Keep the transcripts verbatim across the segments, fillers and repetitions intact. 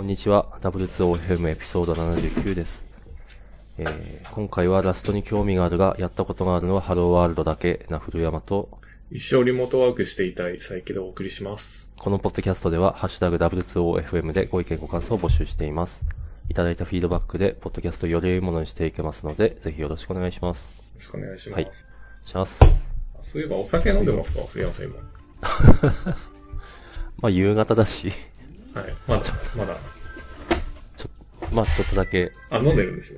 こんにちは。ダブリューツーオーエフエム エピソードななじゅうきゅうです、えー。今回はラストに興味があるが、やったことがあるのはハローワールドだけな古山と、 一生リモートワークしていたい佐伯でお送りします。 このポッドキャストでは、ハッシュタグ ダブリューツーオーエフエム でご意見ご感想を募集しています。いただいたフィードバックで、ポッドキャストをより良いものにしていけますので、ぜひよろしくお願いします。 よろしくお願いします。 はい。します。 そういえばお酒飲んでますか古山さん今。 まあ夕方だし。 はい。まだ、まだ。 ちょ、まあちょっとだけ。 あ、飲んでるんですね。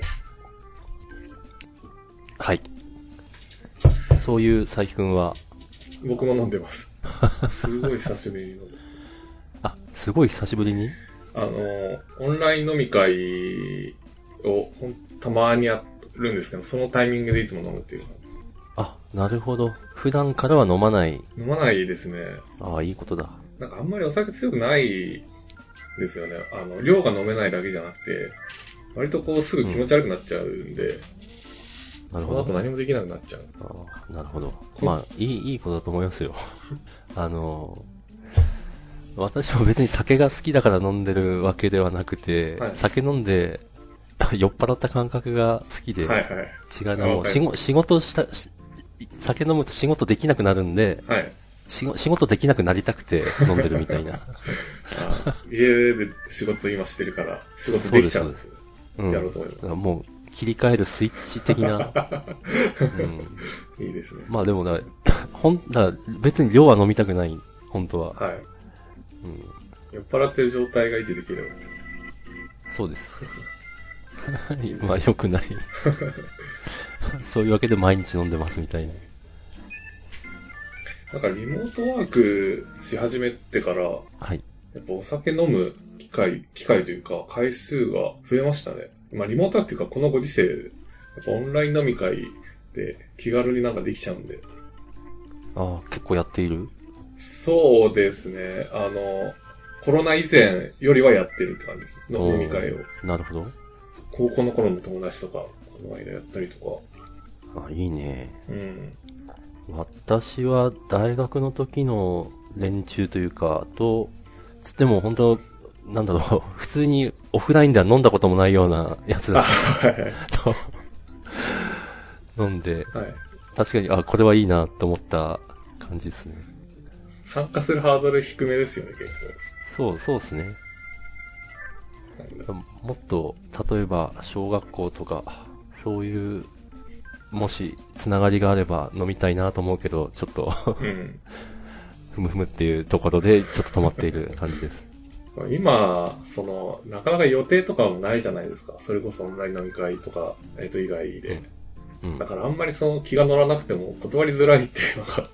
はい。そういう佐伯くんは僕も飲んでます。すごい久しぶりに飲んでます。 あ、すごい久しぶりにあの、オンライン飲み会をたまにやるんですけど、そのタイミングでいつも飲むっていう感じ。 あ、なるほど。普段からは飲まない。 飲まないですね。 ああ、いいことだ。 なんかあんまりお酒強くないですよね。あの、量が飲めないだけじゃなくて、割とこうすぐ気持ち悪くなっちゃうんで、うん、なるほど。その後何もできなくなっちゃう。 ああ、なるほど。まあ、いい、いいことだと思いますよ。あの、私も別に酒が好きだから飲んでるわけではなくて、はい、酒飲んで酔っ払った感覚が好きで、 はいはい、 違うな、もう仕仕事した、酒飲むと仕事できなくなるんで、 はい、 仕事できなくなりたくて飲んでるみたいな。 あ、家で仕事今してるから仕事できちゃうんです。うん、やろうと思います。 もう切り替えるスイッチ的な。 うん、いいですね。 まあでもだ、ほんだ別に量は飲みたくない、本当は。 はい。うん、酔っ払ってる状態が維持できる。 そうです。まあ良くない。そういうわけで毎日飲んでますみたいな。 なんかリモートワークし始めてから、はい、やっぱお酒飲む機会、機会というか回数が増えましたね。まあリモートワークというかこのご時世、やっぱオンライン飲み会で気軽になんかできちゃうんで。 ああ、結構やっている？ そうですね。あの、コロナ以前よりはやってるって感じです。の飲み会を。 なるほど。 高校の頃の友達とか、この間やったりとか。あ、いいね。 うん。 私は大学の時の連中というか、と、つっても本当、なんだろう、普通にオフラインでは飲んだこともないようなやつだと飲んで、はい、確かに、あ、これはいいなと思った感じですね。 参加するハードル低めですよね、結構。 そう、そうですね。もっと、例えば、小学校とか、そういう、もし、つながりがあれば飲みたいなと思うけど、ちょっとうん、ふむふむっていうところで、ちょっと止まっている感じです。 今、その、なかなか予定とかもないじゃないですか。それこそオンライン飲み会とか、えっと、以外で。うんうん、だからあんまりその気が乗らなくても断りづらいっていうのがあって。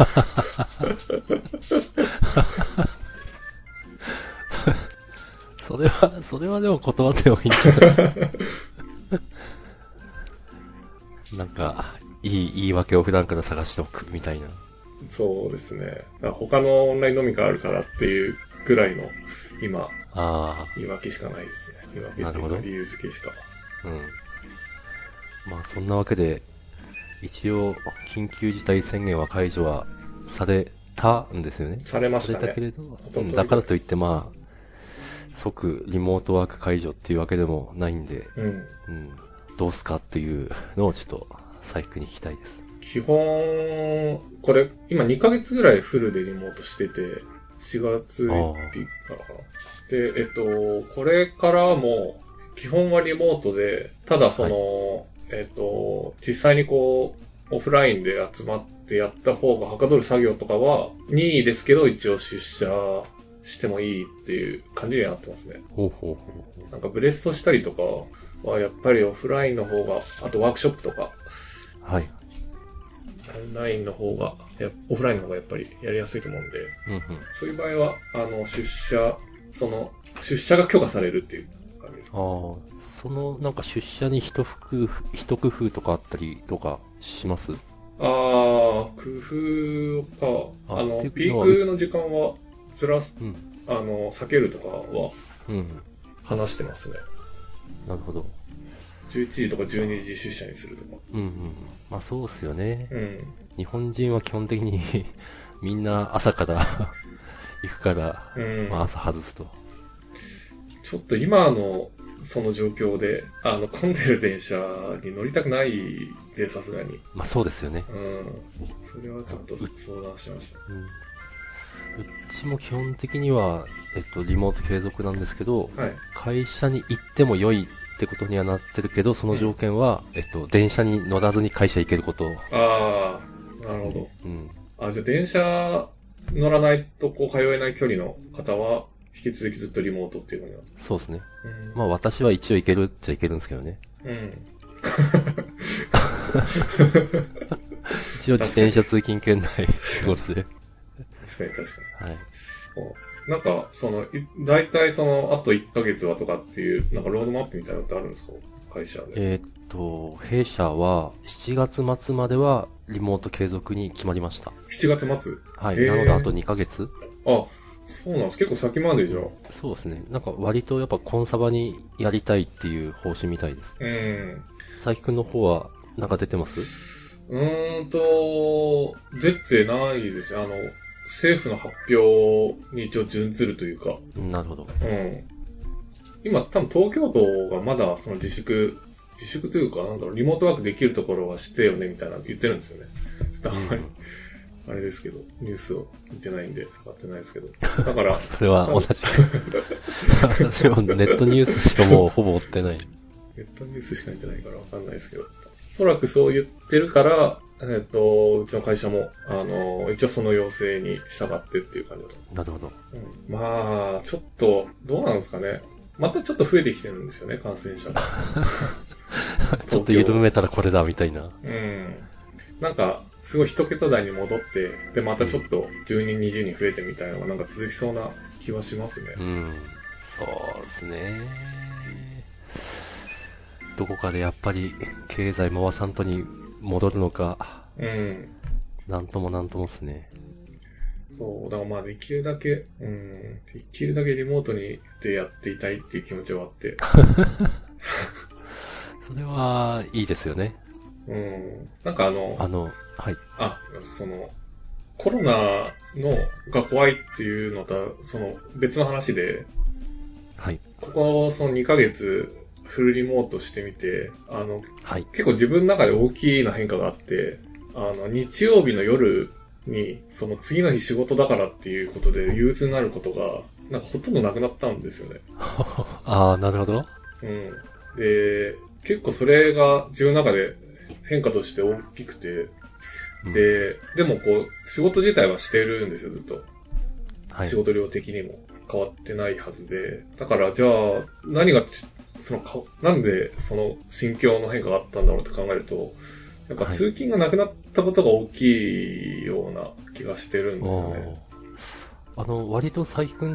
それは、それはでも断ってもいいんじゃないなんか、いい言い訳を普段から探しておくみたいな。 そうですね。他のオンライン飲み会あるからっていうぐらいの、今、あ言い訳しかないですね。言い訳っていうか理由付けしか。 うん。まあそんなわけで、一応、緊急事態宣言は解除はされたんですよね。 されましたね。 されたけれど、うん、だからといってまあ、即リモートワーク解除っていうわけでもないんで、うん。うん、どうすかっていうのをちょっと、佐伯くんに聞きたいです。 基本、これ、今にかげつぐらいフルでリモートしてて、しがつついたちからかな。で、えっと、これからも、基本はリモートで、ただその、はい、えっと、実際にこう、オフラインで集まってやった方がはかどる作業とかは、任意ですけど一応出社してもいいっていう感じになってますね。 ほうほうほう。 なんかブレストしたりとかはやっぱりオフラインの方が、あとワークショップとか、はい。オンラインの方が、オフラインの方がやっぱりやりやすいと思うんで、うんうん、そういう場合は、あの、出社、その、出社が許可されるっていう感じですか。 ああ、その、なんか出社に一工夫、一工夫とかあったりとかします？ ああ、工夫か。あの、ピークの時間はずらす、うん、あの、避けるとかは、うん、話してますね。 なるほど。 じゅういちじとかじゅうにじ出社にするとか。 うんうん。まあそうっすよね。うん。日本人は基本的にみんな朝から行くから、うん、まあ朝外すと。 ちょっと今のその状況で、あの、混んでる電車に乗りたくないで、さすがに。 まあそうですよね。 うん。それはちょっと相談しました。 うん、うちも基本的には、えっと、リモート継続なんですけど、はい、会社に行っても良いってことにはなってるけど、その条件は、うん、えっと、電車に乗らずに会社行けること。 ああ、なるほど。うん。あ、じゃあ電車乗らないとこう通えない距離の方は、引き続きずっとリモートっていうのになってそうですね。うん、まあ私は一応行けるっちゃ行けるんですけどね。うん。一応自転車通勤圏内仕事で。 確かに確かに。はい。なんか、その、だいたいその、あといっかげつはとかっていう、なんかロードマップみたいなのってあるんですか？会社で。 えー、っと、弊社はしちがつ末まではリモート継続に決まりました。 しちがつ末？ はい。なのであとにかげつ？ あ、そうなんです。結構先までじゃん。 そうですね。なんか割とやっぱコンサバにやりたいっていう方針みたいです。うん。佐伯くんの方はなんか出てます？ うーんと、出てないですね。あの、政府の発表に一応準ずるというか。 なるほど。 うん。今多分東京都がまだその自粛、自粛というか、なんだろう、リモートワークできるところはしてよねみたいな言ってるんですよね。ちょっとあんまり、あれですけど、ニュースを見てないんで分かってないですけど。だから。 それは同じ。私はネットニュースしかもうほぼ追ってない。 ネットニュースしか見てないから分かんないですけど。おそらくそう言ってるから、えっと、うちの会社も、あの、一応その要請に従ってっていう感じだと。 なるほど。 うん、まあ、ちょっと、どうなんですかね。またちょっと増えてきてるんですよね、感染者が。 ちょっと緩めたらこれだみたいな。 うん。なんか、すごい一桁台に戻って、で、またちょっとじゅうにん、にじゅうにん増えてみたいなのがなんか続きそうな気はしますね。 うん。そうですね。どこかでやっぱり経済回さんとに戻るのか。うん。なんともなんともですね。 そう、だからまあできるだけ、うん、できるだけリモートにでやっていたいっていう気持ちはあって。 それはいいですよね。 うん。なんかあの、 あの、はい。 あ、その、コロナのが怖いっていうのとは、その別の話で、はい。ここそのにかげつフルリモートしてみて、あの、はい、結構自分の中で大きな変化があって、あの、日曜日の夜に、その次の日仕事だからっていうことで憂鬱になることが、なんかほとんどなくなったんですよね。 ああ、なるほど。 うん。で、結構それが自分の中で変化として大きくて、で、でもこう、仕事自体はしてるんですよ、ずっと。はい、仕事量的にも変わってないはずで。だから、じゃあ、何が、そのか、なんでその心境の変化があったんだろうって考えると、やっぱ通勤がなくなったことが大きいような気がしてるんですよね。 あの、割と佐伯くんって、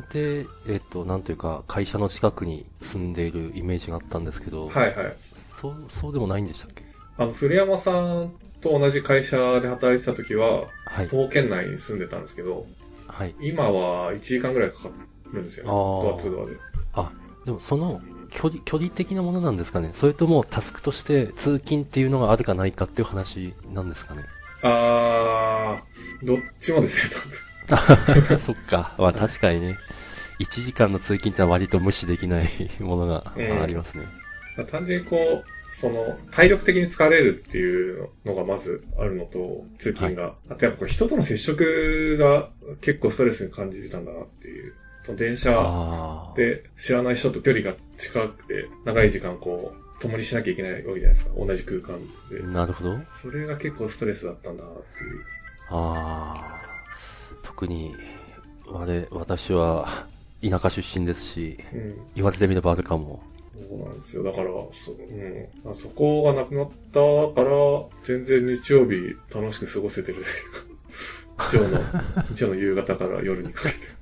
えっと、なんというか、会社の近くに住んでいるイメージがあったんですけど、はいはい。そう、そうでもないんでしたっけ？ あの、古山さんと同じ会社で働いてた時は、はい、徒歩圏内に住んでたんですけど、はい、今はいちじかんぐらいかかるんですよね。ドアツードアで。 あ、でもその距離、距離的なものなんですかね。それともタスクとして通勤っていうのがあるかないかっていう話なんですかね。 あー、どっちもですよ、 多分。そっか。まあ確かにね。いちじかんの通勤ってのは割と無視できないものがありますね。 うん、単純にこう、その、体力的に疲れるっていうのがまずあるのと、通勤が。はい、あとやっぱこれ人との接触が結構ストレスに感じてたんだなっていう。その電車で知らない人と距離が近くて、長い時間こう、共にしなきゃいけないわけじゃないですか。同じ空間で。 なるほど。 それが結構ストレスだったんだなっていう。 ああ。特に、あれ、私は田舎出身ですし、うん、言われてみればあるかも。 そうなんですよ。だから、そ、うん、そこがなくなったから、全然日曜日楽しく過ごせてるというか、日曜の、日曜の夕方から夜にかけて。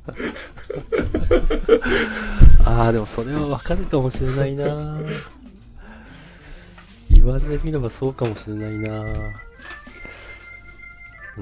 ああ、でもそれはわかるかもしれないな。言われてみればそうかもしれないな。うん。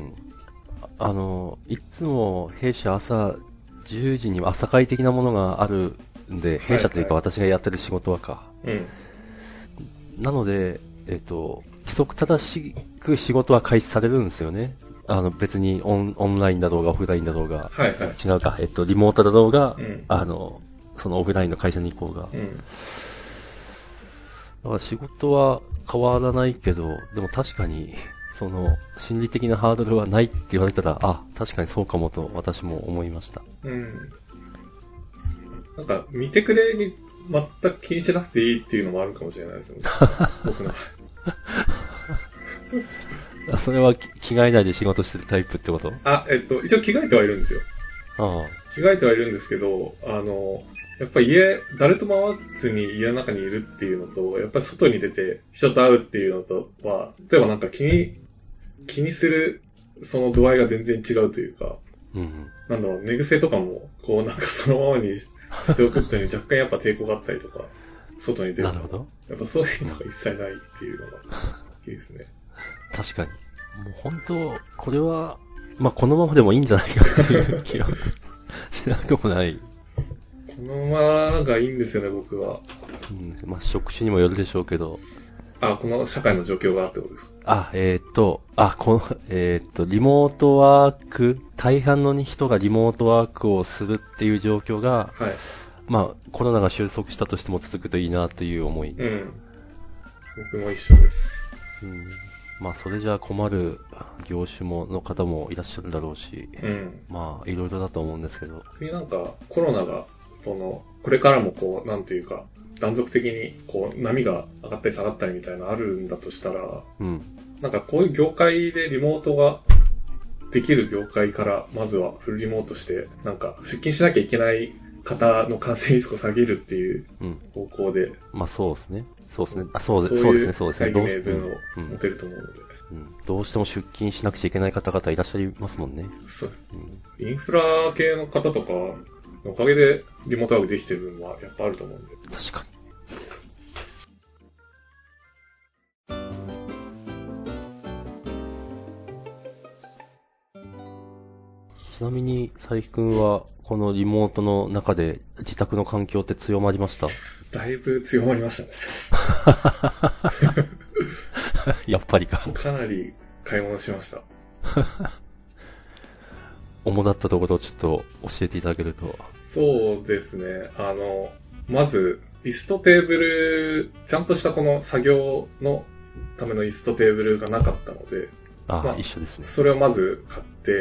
あの、いつも弊社朝じゅうじに朝会的なものがあるんで、弊社というか私がやってる仕事はか。はいはい、うん。なので、えっと、規則正しく仕事は開始されるんですよね。あの、別にオン、オンラインだろうがオフラインだろうが、はいはい、違うか、えっと、リモートだろうが、うん、あの、 そのオフラインの会社に行こうが。 うん。 だから仕事は変わらないけど、でも確かに、その、心理的なハードルはないって言われたら、あ、確かにそうかもと私も思いました。 うん。なんか、見てくれに全く気にしなくていいっていうのもあるかもしれないですよね。僕の場合。それは着替えないで仕事してるタイプってこと？ あ、えっと、一応着替えてはいるんですよ。 ああ。 着替えてはいるんですけど、あの、やっぱり家、誰とも会わずに家の中にいるっていうのと、やっぱり外に出て人と会うっていうのとは、例えばなんか気に、気にするその度合いが全然違うというか、 うんうん、 なんだろう、寝癖とかも、こうなんかそのままにしておくっていうのに若干やっぱ抵抗があったりとか、外に出ると。 なるほど。 やっぱそういうのが一切ないっていうのがいいですね。 確かに。もう本当、これは、まあこのままでもいいんじゃないかっていう気はしなくもない。 このままがいいんですよね、僕は。 うん、まあ職種にもよるでしょうけど。 あ、この社会の状況がってことですか？ あ、えー、っと、あ、この、えー、っと、リモートワーク、大半の人がリモートワークをするっていう状況が、 はい。 まあコロナが収束したとしても続くといいなという思い。 うん。僕も一緒です。 うん、まあそれじゃあ困る業種もの方もいらっしゃるだろうし、 うん。 まあいろいろだと思うんですけど。 次なんかコロナが、その、これからもこう、なんていうか、断続的にこう、波が上がったり下がったりみたいなのあるんだとしたら、 うん。 なんかこういう業界でリモートができる業界からまずはフルリモートして、なんか出勤しなきゃいけない方の感染リスクを下げるっていう方向で、うん、 まあそうですね。そうですね。あ、そうです、 そういうそうですね、そうですね。 大義名分を持てると思うので、 うんうん。どうしても出勤しなくちゃいけない方々いらっしゃいますもんね。 そう。うん、インフラ系の方とかのおかげでリモートワークできてる部分はやっぱあると思うんで。 確かに。ちなみに、佐伯くんは、このリモートの中で自宅の環境って強まりました？ だいぶ強まりましたね。 やっぱりか。 かなり買い物しました。 主だったところをちょっと教えていただけると。 そうですね。あの、まず、椅子とテーブル、ちゃんとしたこの作業のための椅子とテーブルがなかったので、 ああ、 まあ、 一緒ですね。 それをまず買って、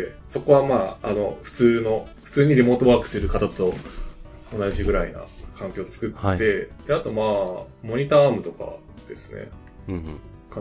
そこはまあ、あの、普通の、普通にリモートワークする方と同じぐらいな環境を作って、はい、で、あとまあ、モニターアームとかですね。 うんうん、 買って、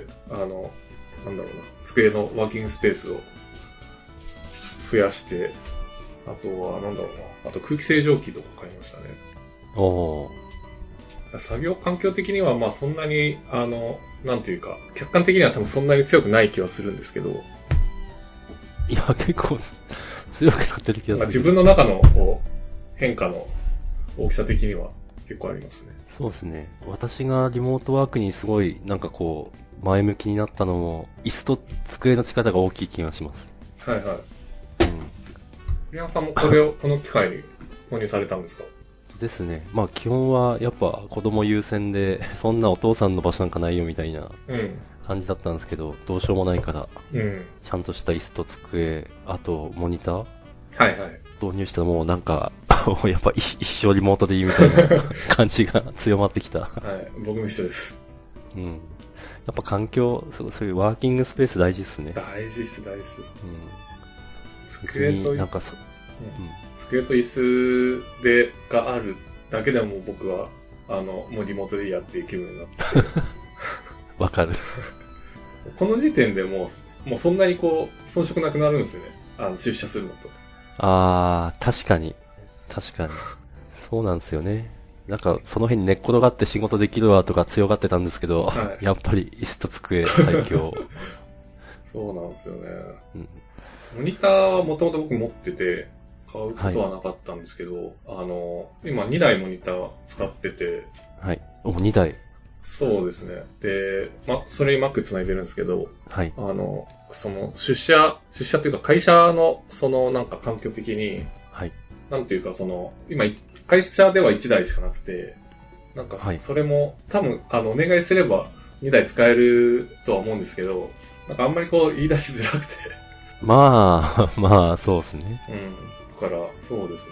あの、なんだろうな、机のワーキングスペースを増やして、あとは、なんだろうな、あと空気清浄機とか買いましたね。 おー。 作業環境的には、まあそんなに、あの、なんていうか、客観的には多分そんなに強くない気はするんですけど。 いや、結構強くなってる気がする。 自分の中のこう変化の大きさ的には結構ありますね。 そうですね。私がリモートワークにすごい、なんかこう、前向きになったのも、椅子と机の力が大きい気がします。 はいはい。うん。栗山さんもこれを、この機会に購入されたんですか？ ですね。まあ基本はやっぱ子供優先で、そんなお父さんの場所なんかないよみたいな感じだったんですけど、どうしようもないから、うん、ちゃんとした椅子と机、あとモニターはいはい。 導入したらもうなんか、やっぱ一生リモートでいいみたいな感じが強まってきた。 はい、僕も一緒です。 うん。やっぱ環境、そういうワーキングスペース大事っすね。 大事っす、大事っす。うん。 机と、なんかそ、うん、 机と椅子で、があるだけでも僕は、あの、もうリモートでいいやっていう気分になって。 わかる。 この時点でもう、もうそんなにこう、遜色なくなるんですよね。あの、出社するのと。 あー、確かに。確かに。そうなんですよね。なんか、その辺に寝っ転がって仕事できるわとか強がってたんですけど、はい、やっぱり椅子と机最強。 そうなんですよね。うん、モニターはもともと僕持ってて、買うことはなかったんですけど、はい、あの、今にだいモニター使ってて。 はい。お、にだい。 そうですね。で、ま、それに Mac 繋いでるんですけど、はい。あの、その、出社、出社というか会社の、そのなんか環境的に、はい。なんていうかその、今、会社ではいちだいしかなくて、なんか、はい、それも、多分、あの、お願いすればにだい使えるとは思うんですけど、なんかあんまりこう言い出しづらくて。 まあ、まあ、そうですね。 うん。だから、そうですね。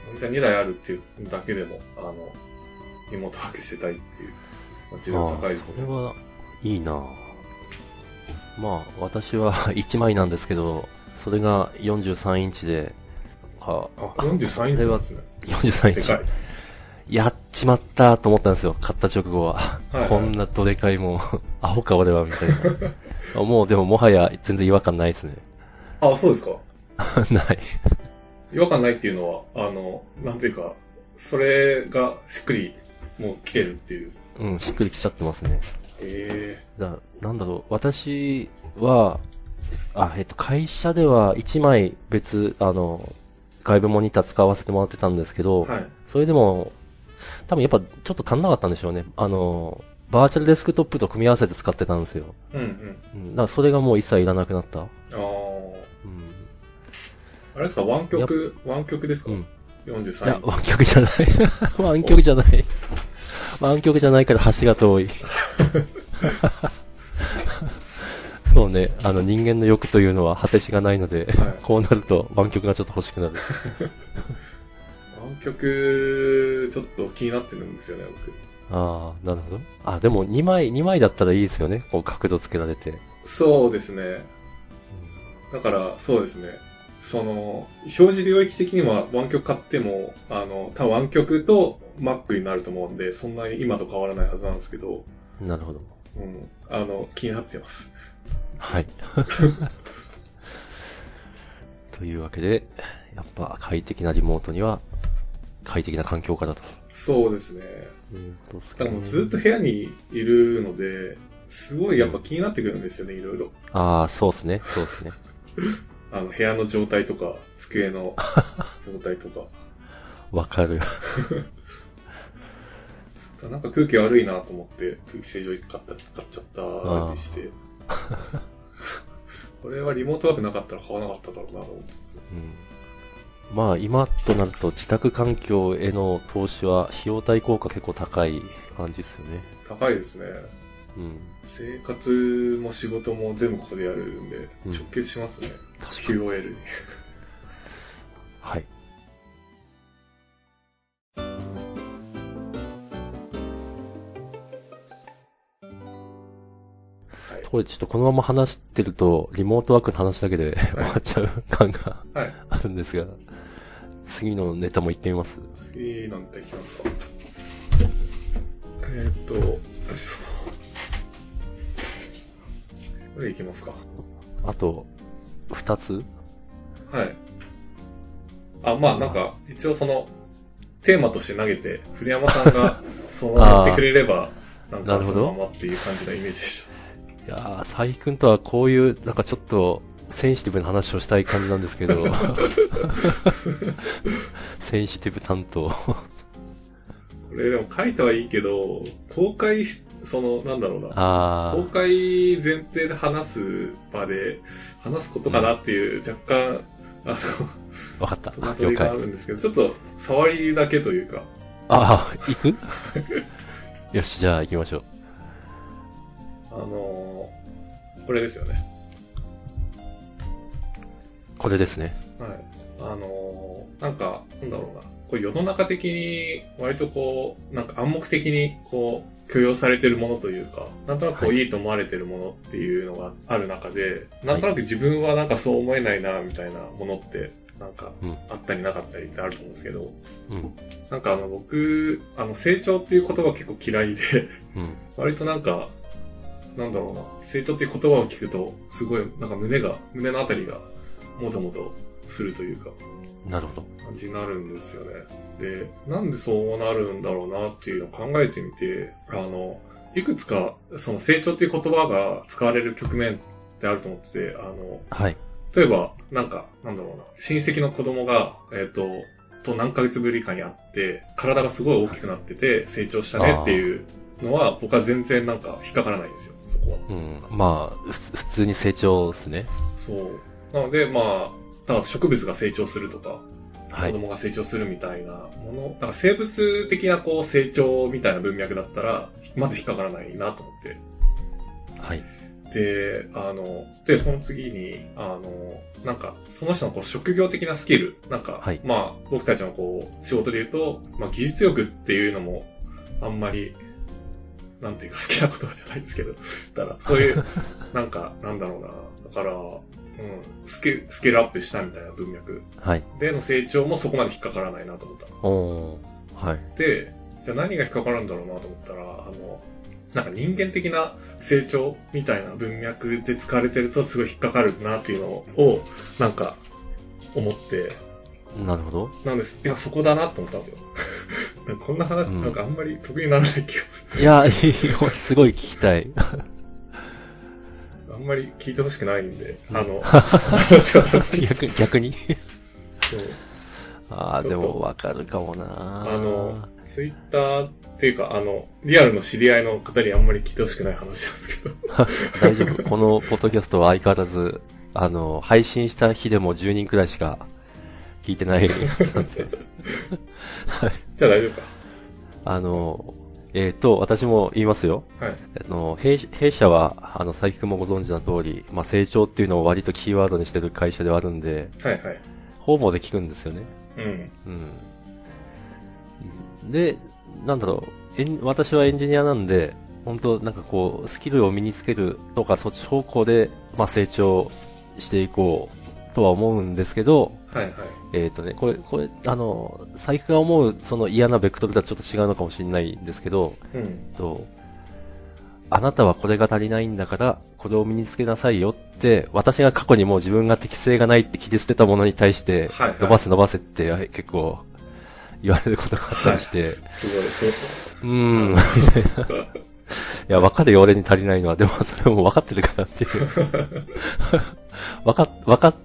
モニターにだいあるっていうだけでも、あの、リモートワークしてたいっていう、需要高いですね。 それはいいな。まあ、私はいちまいなんですけど、それがよんじゅうさんインチで、 あ、よんじゅうさんインチなんですね。 よんじゅうさんインチ。でかい。やっちまったと思ったんですよ、買った直後は。はいはい、こんなどでかいもん、アホか俺は、みたいな。もうでももはや全然違和感ないですね。 あ、そうですかない。 違和感ないっていうのは、あの、なんていうか、それがしっくりもう来てるっていう。 うん、しっくり来ちゃってますね。 へえ。だ、なんだろう、私は、あ、えっと、会社ではいちまい別、あの、外部モニター使わせてもらってたんですけど、はい、それでも、多分やっぱちょっと足んなかったんでしょうね。あの、バーチャルデスクトップと組み合わせて使ってたんですよ。 うんうん。 うん、だからそれがもう一切いらなくなった。ああ。うん。 あれですか、湾曲、湾曲ですか、うん、よんじゅうさんインチ。 いや、湾曲じゃない。湾曲じゃない。湾曲じゃないから端が遠い。そうね、あの人間の欲というのは果てしがないので、はい、こうなると湾曲がちょっと欲しくなる。 湾曲、ちょっと気になってるんですよね、僕。 ああ、なるほど。あ、でもにまい、にまいだったらいいですよね。こう角度つけられて。 そうですね。だから、そうですね。その、表示領域的には湾曲買っても、あの、多分湾曲と Mac になると思うんで、そんなに今と変わらないはずなんですけど。 なるほど。 うん。あの、気になってます。 はい。というわけで、やっぱ快適なリモートには快適な環境下だと。 そうですね。うん、どうすかね。だからもうずっと部屋にいるので、すごいやっぱ気になってくるんですよね、うん、いろいろ。 ああ、そうですね、そうですね。 あの、部屋の状態とか、机の状態とか。 わかる。 なんか空気悪いなと思って、空気清浄機買った、買っちゃったりして。これはリモートワークなかったら買わなかっただろうなと思ってます。 うん、まあ今となると自宅環境への投資は費用対効果結構高い感じですよね。 高いですね。うん、生活も仕事も全部ここでやるんで、直結しますね。うん、確かに。キューオーエル に。 はい。これちょっとこのまま話してると、リモートワークの話だけで、はい、終わっちゃう感が、はい、あるんですが、次のネタも行ってみます？ 次のネタ行きますか。えー、っと、これ行きますか。 あと、二つ？ はい。あ、まあなんか、一応その、テーマとして投げて、古山さんが、そのままやってくれれば、なんかそのままっていう感じのイメージでした。 いやー、佐伯くんとはこういう、なんかちょっと、センシティブな話をしたい感じなんですけど、センシティブ担当。これでも書いたはいいけど、公開し、その、なんだろうな。あ公開前提で話す場で、話すことかなっていう、若干、あの、 わかった。 戸惑いがあるんですけど、ちょっと、触りだけというか。 ああ、行くよし、じゃあ行きましょう。 あのー、これですよね。 これですね。 はい。あのー、なんか、なんだろうな。これ世の中的に割とこう、なんか暗黙的にこう、許容されてるものというか、なんとなくこう、はい、いいと思われてるものっていうのがある中で、なんとなく自分はなんかそう思えないな、みたいなものって、なんか、あったりなかったりってあると思うんですけど、うん、なんかあの、僕、あの、成長っていう言葉結構嫌いで、うん、割となんか、なんだろうな、成長っていう言葉を聞くと、すごい、なんか胸が、胸のあたりが、もぞもぞするというか、 なるほど。 感じになるんですよね。で、なんでそうなるんだろうなっていうのを考えてみて、あの、いくつか、その成長っていう言葉が使われる局面ってあると思ってて、あの、はい。例えば、なんか、なんだろうな、親戚の子供が、えっと、と何ヶ月ぶりかに会って、体がすごい大きくなってて、成長したねっていうのは、僕は全然なんか引っかからないんですよ、そこは。 うん。まあ、普通に成長ですね。 そう。なので、まあ、だから植物が成長するとか、はい、子供が成長するみたいなもの、なんか生物的なこう成長みたいな文脈だったら、まず引っかからないなと思って。はい。 で、あの、で、その次に、あの、なんか、その人のこう職業的なスキル、なんか、はい、まあ、僕たちのこう、仕事で言うと、まあ、技術力っていうのも、あんまり、なんていうか好きな言葉じゃないですけど、だから、そういう、なんか、なんだろうな、だから、うん、スケ、スケールアップしたみたいな文脈。はい。での成長もそこまで引っかからないなと思った。おー。はい。で、じゃあ何が引っかかるんだろうなと思ったら、あの、なんか人間的な成長みたいな文脈で使われてるとすごい引っかかるなっていうのを、なんか、思って。 なるほど。 なんです。いや、そこだなと思ったんですよ。なんかこんな話、うん、なんかあんまり得意にならない気がする。いや、すごい聞きたい。 あんまり聞いてほしくないんで、うん、あの、 逆逆にそう。ああ、でもわかるかもな。 あの、ツイッターっていうか、あの、リアルの知り合いの方にあんまり聞いてほしくない話なんですけど。 大丈夫。このポッドキャストは相変わらず、あの、配信した日でもじゅうにんくらいしか聞いてないやつなんで。 はい。じゃあ大丈夫か。 あの、えっ、ー、と、私も言いますよ。はい。あの、弊, 弊社は、あの、佐伯くんもご存知の通り、まあ、成長っていうのを割とキーワードにしてる会社ではあるんで、はいはい。方々で聞くんですよね。うん。うん。で、なんだろう、えん私はエンジニアなんで、本当なんかこう、スキルを身につけるとか、そっち方向で、まあ、成長していこうとは思うんですけど、はいはい。えっ、ー、とね、これ、これ、あの、佐伯が思う、その嫌なベクトルとはちょっと違うのかもしれないんですけど、うん。と、あなたはこれが足りないんだから、これを身につけなさいよって、私が過去にもう自分が適性がないって切り捨てたものに対して、はいはい、伸ばせ伸ばせって結構言われることがあったりして、はい、すごい、うーん、みたいな。いや、分かるよ、俺に足りないのは。でも、それも分かってるからっていう。分か、分かって、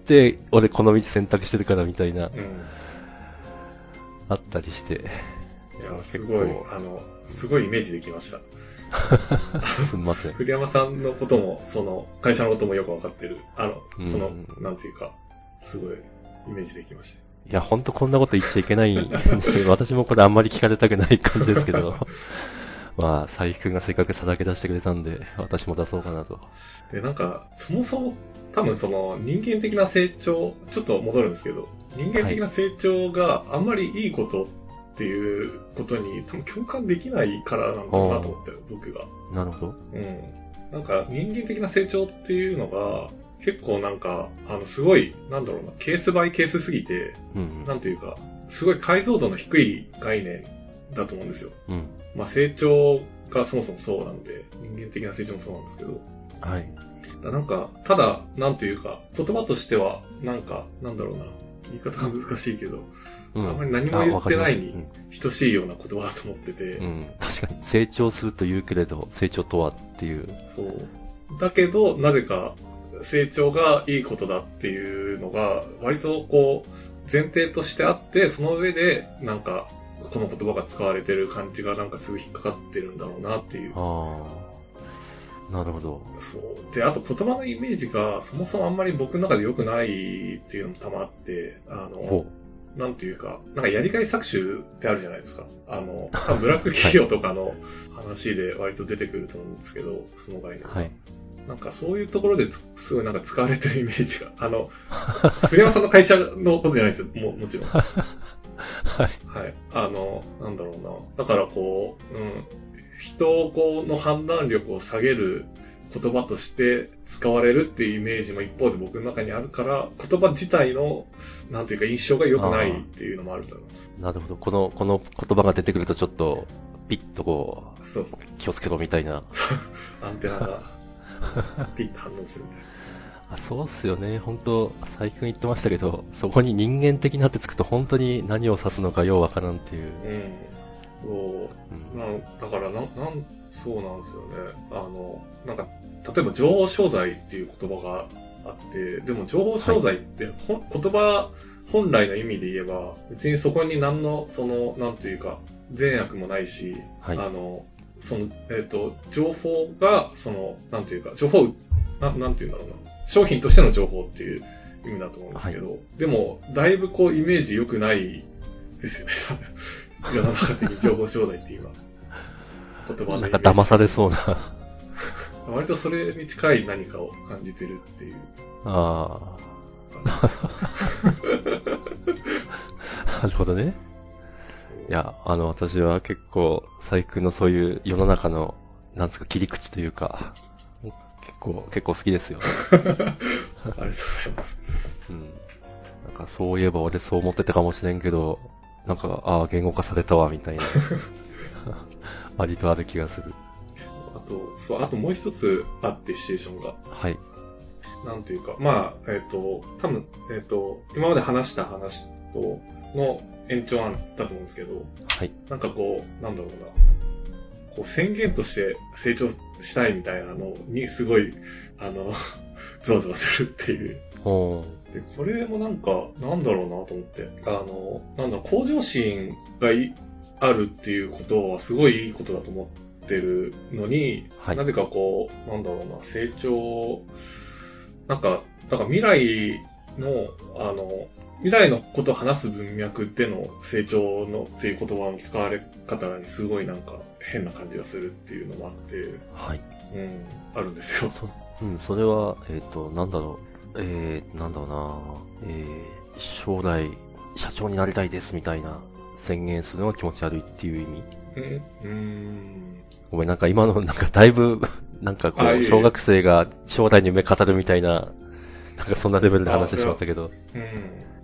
俺この道選択してるからみたいな、うん、あったりして。 いや、すごい、あの、すごいイメージできました。 すみません。 栗山さんのことも、その、会社のこともよく分かってる。あの、その、うん、なんていうか、すごい、イメージできました。 いや、ほんとこんなこと言っちゃいけないんで、私もこれあんまり聞かれたくない感じですけど、まあ、佐伯くんがせっかくさらけ出してくれたんで、私も出そうかなと。 で、なんか、そもそも、多分その、人間的な成長、ちょっと戻るんですけど、人間的な成長があんまりいいことっていうことに、多分共感できないからなんだろうなと思ってる、僕が。 なるほど。 うん。なんか、人間的な成長っていうのが、結構なんか、あの、すごい、なんだろうな、ケースバイケースすぎて、うん、なんていうか、すごい解像度の低い概念だと思うんですよ。うん。まあ、成長がそもそもそうなんで、人間的な成長もそうなんですけど。はい。だなんか、ただ、なんていうか、言葉としては、なんか、なんだろうな、言い方が難しいけど、うん、あんまり何も言ってないに等しいような言葉だと思ってて。 うん、確かに、成長すると言うけれど、成長とはっていう。 そう。だけど、なぜか、成長がいいことだっていうのが、割とこう、前提としてあって、その上で、なんか、この言葉が使われてる感じがなんかすぐ引っかかってるんだろうなっていう。ああ。なるほど。 そう。で、あと言葉のイメージが、そもそもあんまり僕の中で良くないっていうのもたまあって、あの、なんていうか、なんかやりがい搾取ってあるじゃないですか。あの、多分ブラック企業とかの話で割と出てくると思うんですけど、その概念が。はい。なんかそういうところですごいなんか使われてるイメージが、あの、栗山さんの会社のことじゃないですよ、も、もちろん。はい。はい。あの、なんだろうな。だからこう、うん、人をこうの判断力を下げる言葉として使われるっていうイメージも一方で僕の中にあるから、言葉自体の、なんていうか印象が良くないっていうのもあると思います。 なるほど。この、この言葉が出てくるとちょっと、ピッとこう、そうですね。気をつけろみたいな。 アンテナが。ピッと反応するみたいな。 あ、そうっすよね。本当最近言ってましたけど、そこに人間的なってつくと本当に何を指すのかようわからんっていう。 うん。そう。うん、なんだからな、なん、そうなんですよね。あの、なんか、例えば情報商材っていう言葉があって、でも情報商材って、はい、言葉本来の意味で言えば、別にそこに何の、その、なんていうか、善悪もないし、はい、あの、その、えっと、情報が、その、なんていうか、情報、ななんていうんだろうな。商品としての情報っていう意味だと思うんですけど、はい、でも、だいぶこう、イメージ良くないですよね。世の中的に情報商材って今、 言葉で。なんか騙されそうな。 割とそれに近い何かを感じてるっていう。 ああ。なるほどね。いや、あの、私は結構、佐伯くんのそういう世の中の、なんですか、切り口というか、結構、結構好きですよ。 ありがとうございます。 うん。なんか、そういえば俺そう思ってたかもしれんけど、なんか、ああ、言語化されたわ、みたいな。割とある気がする。 あと、そう、あともう一つあって、シチュエーションが。 はい。 なんていうか、まあ、えっ、と、多分、えっ、と、今まで話した話と、の延長なんだと思うんですけど、 はい。 なんかこう、なんだろうな、こう宣言として成長したいみたいなのにすごい、あの、ゾワゾワするっていう。 ほで、これもなんか、なんだろうなと思って、あの、なんだろう、向上心がいあるっていうことはすごいいいことだと思ってるのに、 はい。 なぜかこう、なんだろうな、成長、なんか、だから未来の、あの、未来のことを話す文脈での成長のっていう言葉の使われ方にすごいなんか変な感じがするっていうのもあって、 はい。 うん、あるんですよ。 そ、うん、それは、えっ、と、なんだろう、えー、なんだろうな、えー、将来、社長になりたいですみたいな宣言するのが気持ち悪いっていう意味。 うん、うーん。 ごめん、なんか今の、なんかだいぶ、なんかこう、 あいえいえ小学生が将来に夢語るみたいな、なんかそんなレベルで話してしまったけど。 うん。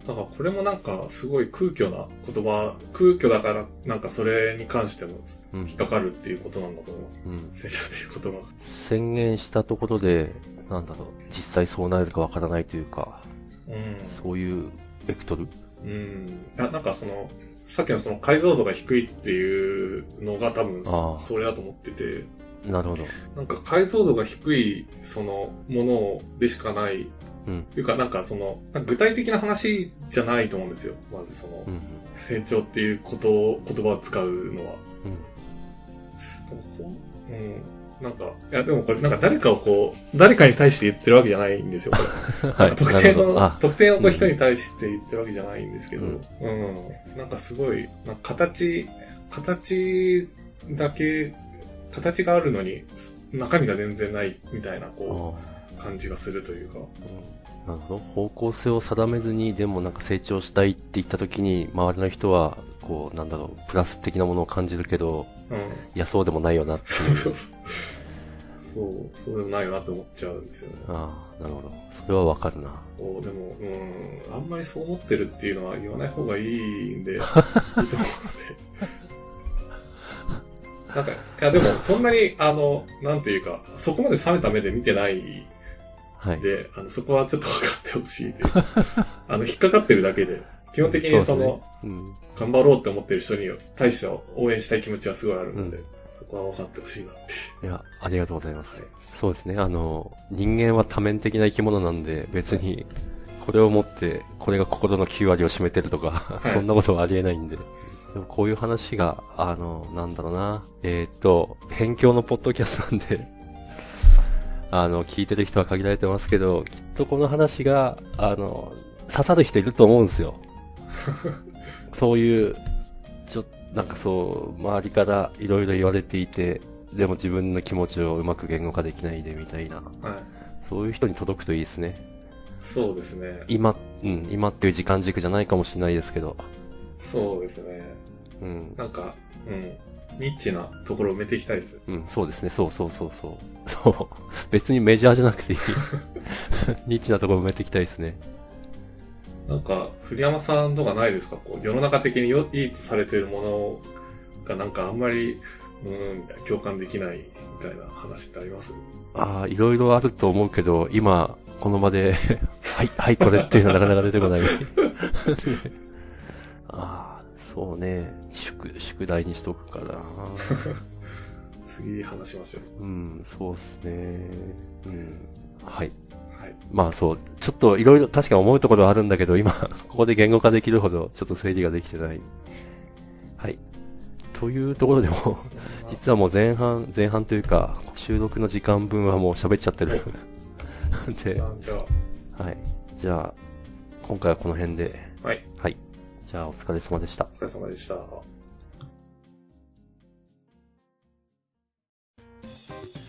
だからこれもなんかすごい空虚な言葉、空虚だからなんかそれに関しても引っかかるっていうことなんだと思います。 うん。 成長っていう言葉。 宣言したところで、なんだろう、実際そうなるかわからないというか、 うん。 そういうベクトル。 うん。いや、なんかその、さっきのその解像度が低いっていうのが多分ああ、 それだと思ってて、 なるほど。 なんか解像度が低いそのものでしかない、 うん。 っていうかなんかその、なんか具体的な話じゃないと思うんですよ。まずその、 うん。 成長っていうことを、言葉を使うのは。 うん。 なんかこう、うん。なんか、いやでもこれなんか誰かをこう、誰かに対して言ってるわけじゃないんですよ、これ。 はい。 なんか特定のなるほど。あ、 特定のこう人に対して言ってるわけじゃないんですけど、 ううんん。なんかすごい、なんか形、形だけ、形があるのに、中身が全然ないみたいな、こう、感じがするというか。 うん、なるほど。方向性を定めずに、でもなんか成長したいって言った時に、周りの人は、こう、なんだろう、プラス的なものを感じるけど、 うん。 いや、そうでもないよなっていう。 そう、そうでもないよなって思っちゃうんですよね。 ああ、なるほど。それはわかるな。 おでも、うん、あんまりそう思ってるっていうのは言わない方がいいんで、いいと思うので。なんか、いやでも、そんなに、あの、なんていうか、そこまで冷めた目で見てないはい。 で、あの、そこはちょっと分かってほしいで、あの、引っかかってるだけで、基本的にその、 そうですね、うん、 頑張ろうって思ってる人に対しては応援したい気持ちはすごいあるので、 うん、 そこは分かってほしいなっていう。 いや、ありがとうございます。 はい、 そうですね、あの、人間は多面的な生き物なんで、別に、これをもって、これが心のきゅう割を占めてるとか、はい、そんなことはありえないんで。でもこういう話が、あの、なんだろうな、えっと、辺境のポッドキャストなんで、あの、聞いてる人は限られてますけど、きっとこの話が、あの、刺さる人いると思うんですよ。そういう、ちょ、なんかそう、周りからいろいろ言われていて、でも自分の気持ちをうまく言語化できないでみたいな。はい。そういう人に届くといいですね。 そうですね。 今、うん、今っていう時間軸じゃないかもしれないですけど。 そうですね。うん。なんか、うん。ニッチなところを埋めていきたいです。 うん、そうですね。そうそうそうそう。そう。別にメジャーじゃなくていい。ニッチなところ埋めていきたいですね。 なんか、栗山さんとかないですか？こう、世の中的によいいとされているものがなんかあんまり、うん、共感できないみたいな話ってあります？ ああ、いろいろあると思うけど、今、この場で、はい、はい、これっていうのはなかなか出てこない。ああ、そうね。宿、宿題にしとくかな。 次話しましょう。 うん、そうっすね。うん。はい。 はい。 まあそう、ちょっといろいろ確か思うところはあるんだけど、今、ここで言語化できるほど、ちょっと整理ができてない。はい。というところでも、実はもう前半、前半というか、収録の時間分はもう喋っちゃってる。で、 じゃあ、はい。じゃあ、今回はこの辺で。 はい。 はい。じゃあ、お疲れ様でした。 お疲れ様でした。